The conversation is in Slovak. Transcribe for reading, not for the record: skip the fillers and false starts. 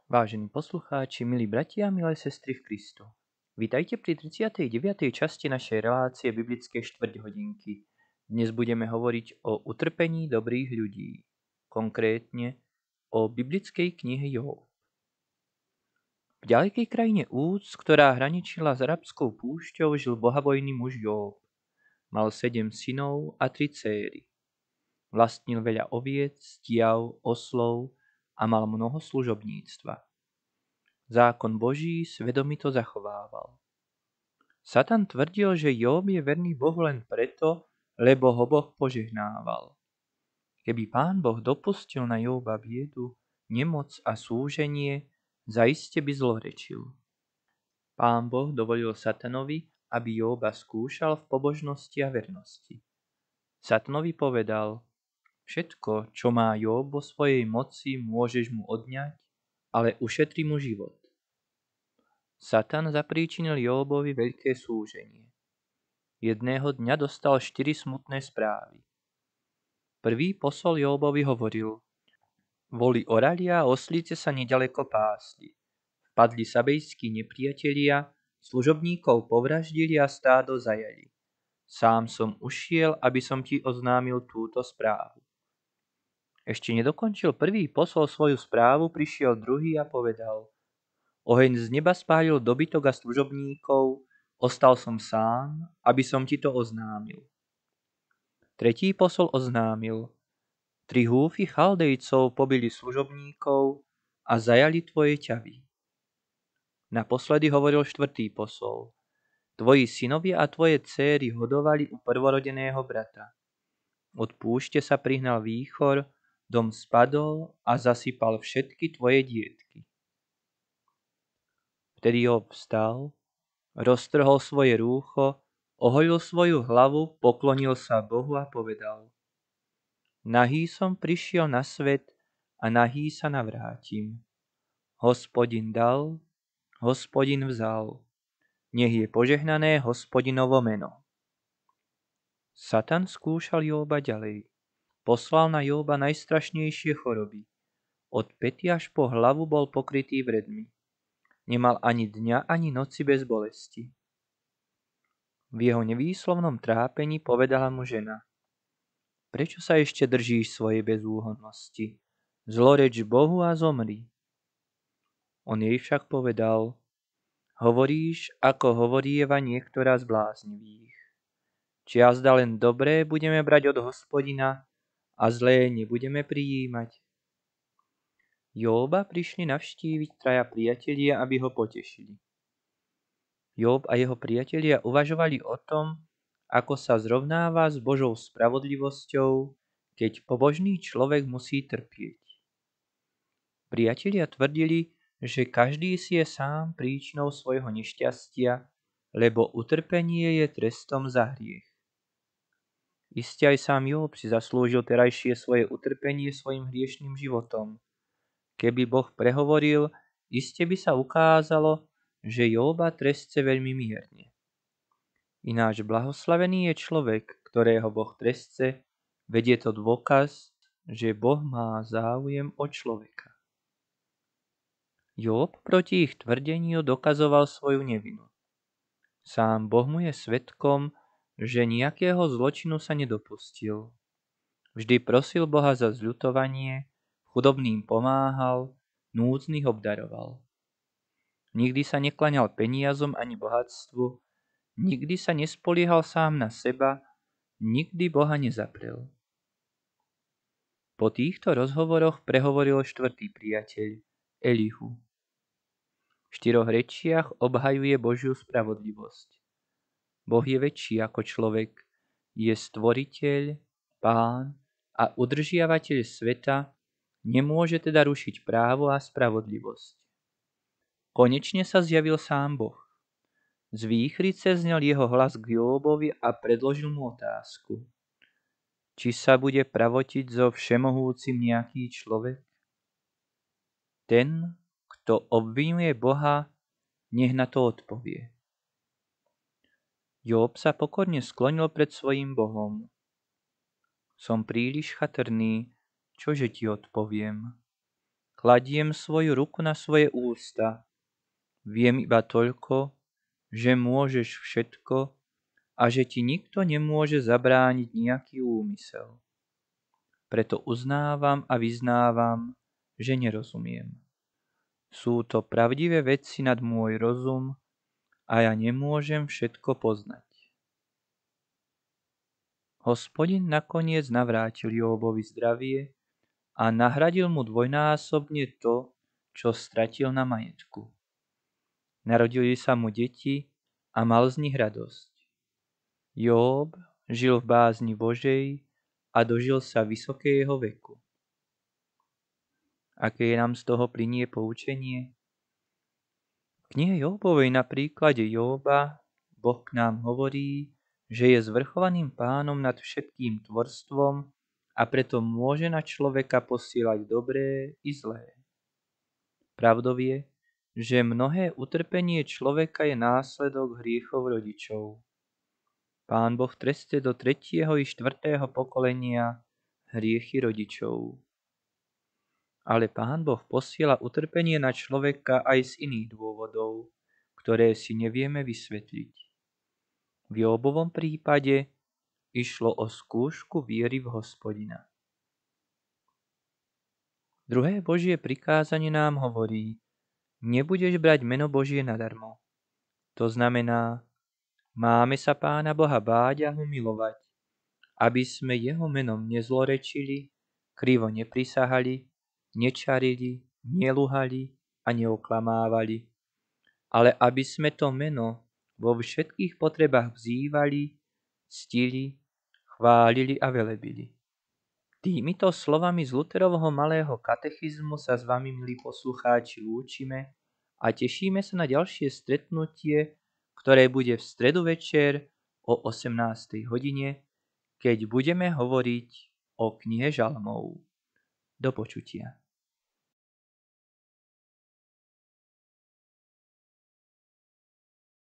Vážení poslucháči, milí bratia a milé sestry v Kristu. Vítajte pri 39. časti našej relácie Biblické štvrťhodinky. Dnes budeme hovoriť o utrpení dobrých ľudí, konkrétne o biblickej knihe Jób. V ďalekej krajine Úc, ktorá hraničila s arabskou púšťou, žil bohabojný muž Jób. Mal 7 synov a 3 céry. Vlastnil veľa oviec, stiav, oslov a mal mnoho služobníctva. Zákon Boží svedomito zachovával. Satan tvrdil, že Jób je verný Bohu len preto, lebo ho Boh požehnával. Keby Pán Boh dopustil na Jóba biedu, nemoc a súženie, zaiste by zlorečil. Pán Boh dovolil Satanovi, aby Jóba skúšal v pobožnosti a vernosti. Satanovi povedal: všetko, čo má Jób vo svojej moci, môžeš mu odňať, ale ušetri mu život. Satan zapríčinil Jóbovi veľké súženie. Jedného dňa dostal 4 smutné správy. Prvý posol Jóbovi hovoril: voli orali a oslice sa nedaleko pásli. Vpadli sabejskí nepriatelia, služobníkov povraždili a stádo zajali. Sám som ušiel, aby som ti oznámil túto správu. Ešte nedokončil prvý posol svoju správu, prišiel druhý a povedal: oheň z neba spálil dobytok a služobníkov, ostal som sám, aby som ti to oznámil. Tretí posol oznámil: 3 húfy Chaldejcov pobili služobníkov a zajali tvoje ťavy. Naposledy hovoril štvrtý posol: tvoji synovia a tvoje céry hodovali u prvorodeného brata. Od púšte sa prihnal výchor, dom spadol a zasypal všetky tvoje dietky. Vtedy Jób vstal, roztrhol svoje rúcho, oholil svoju hlavu, poklonil sa Bohu a povedal: nahý som prišiel na svet a nahý sa navrátim. Hospodin dal, Hospodin vzal. Nech je požehnané Hospodinovo meno. Satan skúšal Jóba ďalej. Poslal na Jóba najstrašnejšie choroby. Od päty až po hlavu bol pokrytý vredmi. Nemal ani dňa, ani noci bez bolesti. V jeho nevýslovnom trápení povedala mu žena: prečo sa ešte držíš svojej bezúhonnosti? Zloreč Bohu a zomri. On jej však povedal: hovoríš, ako hovorieva niektorá z bláznivých. Či jazda len dobré budeme brať od Hospodina a zlé nebudeme prijímať? Jóba prišli navštíviť 3 priatelia, aby ho potešili. Jób a jeho priatelia uvažovali o tom, ako sa zrovnáva s Božou spravodlivosťou, keď pobožný človek musí trpieť. Priatelia tvrdili, že každý si je sám príčinou svojho nešťastia, lebo utrpenie je trestom za hriech. Iste aj sám Jób si zaslúžil terajšie svoje utrpenie svojim hriešným životom. Keby Boh prehovoril, iste by sa ukázalo, že Jóba trestce veľmi mierne. Ináč blahoslavený je človek, ktorého Boh trestce, veď je to dôkaz, že Boh má záujem o človeka. Jób proti ich tvrdeniu dokazoval svoju nevinu. Sám Boh mu je svedkom, že nejakého zločinu sa nedopustil. Vždy prosil Boha za zľutovanie, chudobným pomáhal, núdznych obdaroval. Nikdy sa nekláňal peniazom ani bohatstvu, nikdy sa nespoliehal sám na seba, nikdy Boha nezaprel. Po týchto rozhovoroch prehovoril 4. priateľ, Elihu. V 4 rečiach obhajuje Božiu spravodlivosť. Boh je väčší ako človek, je stvoriteľ, pán a udržiavateľ sveta, nemôže teda rušiť právo a spravodlivosť. Konečne sa zjavil sám Boh. Z výchrice znel jeho hlas k Jóbovi a predložil mu otázku: či sa bude pravotiť so všemohúcim nejaký človek? Ten, kto obvinuje Boha, nech na to odpovie. Jób sa pokorne sklonil pred svojím Bohom. Som príliš chatrný, čože ti odpoviem? Kladiem svoju ruku na svoje ústa. Viem iba toľko, že môžeš všetko a že ti nikto nemôže zabrániť nejaký úmysel. Preto uznávam a vyznávam, že nerozumiem. Sú to pravdivé veci nad môj rozum a ja nemôžem všetko poznať. Hospodin nakoniec navrátil Jóbovi zdravie a nahradil mu dvojnásobne to, čo stratil na majetku. Narodili sa mu deti a mal z nich radosť. Jób žil v bázni Božej a dožil sa vysokého veku. Aké nám z toho plynie poučenie? V knihe Jóbovej na príklade Jóba Boh k nám hovorí, že je zvrchovaným pánom nad všetkým tvorstvom a preto môže na človeka posielať dobré i zlé. Pravdou je, že mnohé utrpenie človeka je následok hriechov rodičov. Pán Boh treste do 3. i 4. pokolenia hriechy rodičov. Ale Pán Boh posiela utrpenie na človeka aj z iných dôvodov, ktoré si nevieme vysvetliť. V Jóbovom prípade išlo o skúšku viery v Hospodina. Druhé Božie prikázanie nám hovorí: nebudeš brať meno Božie nadarmo. To znamená, máme sa Pána Boha báť a ho milovať, aby sme jeho menom nezlorečili, krivo neprisahali, nečarili, neluhali a neoklamávali, ale aby sme to meno vo všetkých potrebách vzývali, ctili, chválili a velebili. Týmito slovami z Luterovho malého katechizmu sa s vami, milí poslucháči, lúčime a tešíme sa na ďalšie stretnutie, ktoré bude v stredu večer o 18. hodine, keď budeme hovoriť o knihe Žalmov. Do počutia.